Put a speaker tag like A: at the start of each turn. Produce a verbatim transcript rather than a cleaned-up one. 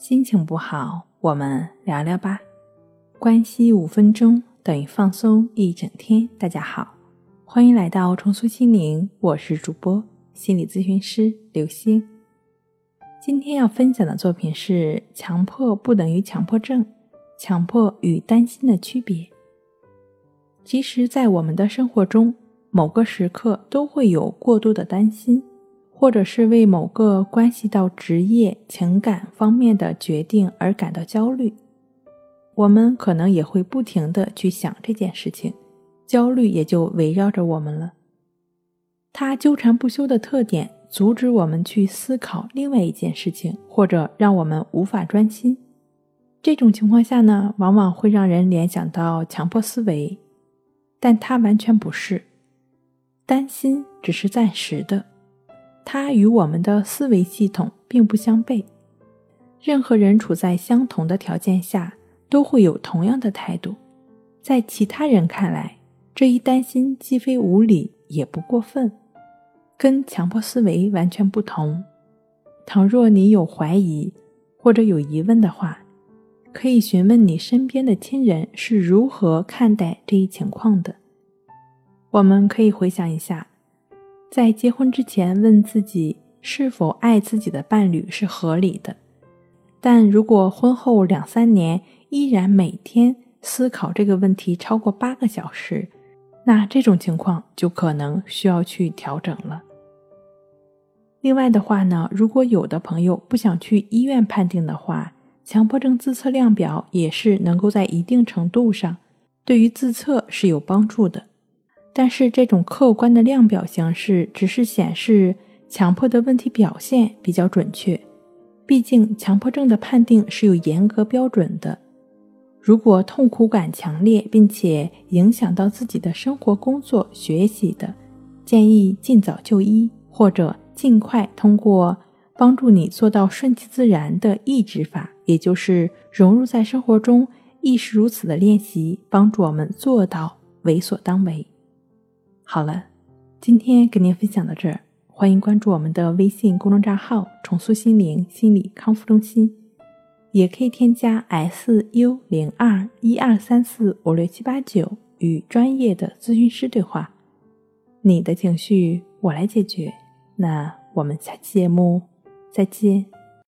A: 心情不好，我们聊聊吧。关系五分钟等于放松一整天。大家好，欢迎来到重塑心灵，我是主播心理咨询师刘星。今天要分享的作品是强迫不等于强迫症，强迫与担心的区别。其实在我们的生活中，某个时刻都会有过多的担心，或者是为某个关系到职业、情感方面的决定而感到焦虑。我们可能也会不停地去想这件事情，焦虑也就围绕着我们了。它纠缠不休的特点，阻止我们去思考另外一件事情，或者让我们无法专心。这种情况下呢，往往会让人联想到强迫思维，但它完全不是。担心只是暂时的，它与我们的思维系统并不相悖。任何人处在相同的条件下，都会有同样的态度。在其他人看来，这一担心既非无理，也不过分，跟强迫思维完全不同。倘若你有怀疑或者有疑问的话，可以询问你身边的亲人是如何看待这一情况的。我们可以回想一下，在结婚之前问自己是否爱自己的伴侣是合理的，但如果婚后两三年依然每天思考这个问题超过八个小时，那这种情况就可能需要去调整了。另外的话呢，如果有的朋友不想去医院判定的话，强迫症自测量表也是能够在一定程度上对于自测是有帮助的。但是这种客观的量表形式只是显示强迫的问题表现比较准确，毕竟强迫症的判定是有严格标准的。如果痛苦感强烈，并且影响到自己的生活、工作、学习的，建议尽早就医，或者尽快通过帮助你做到顺其自然的抑制法，也就是融入在生活中，亦是如此的练习，帮助我们做到为所当为。好了，今天跟您分享到这儿，欢迎关注我们的微信公众账号重塑心灵心理康复中心，也可以添加 S U 零二 一二三四五六七八九与专业的咨询师对话。你的情绪我来解决。那我们下期节目再见。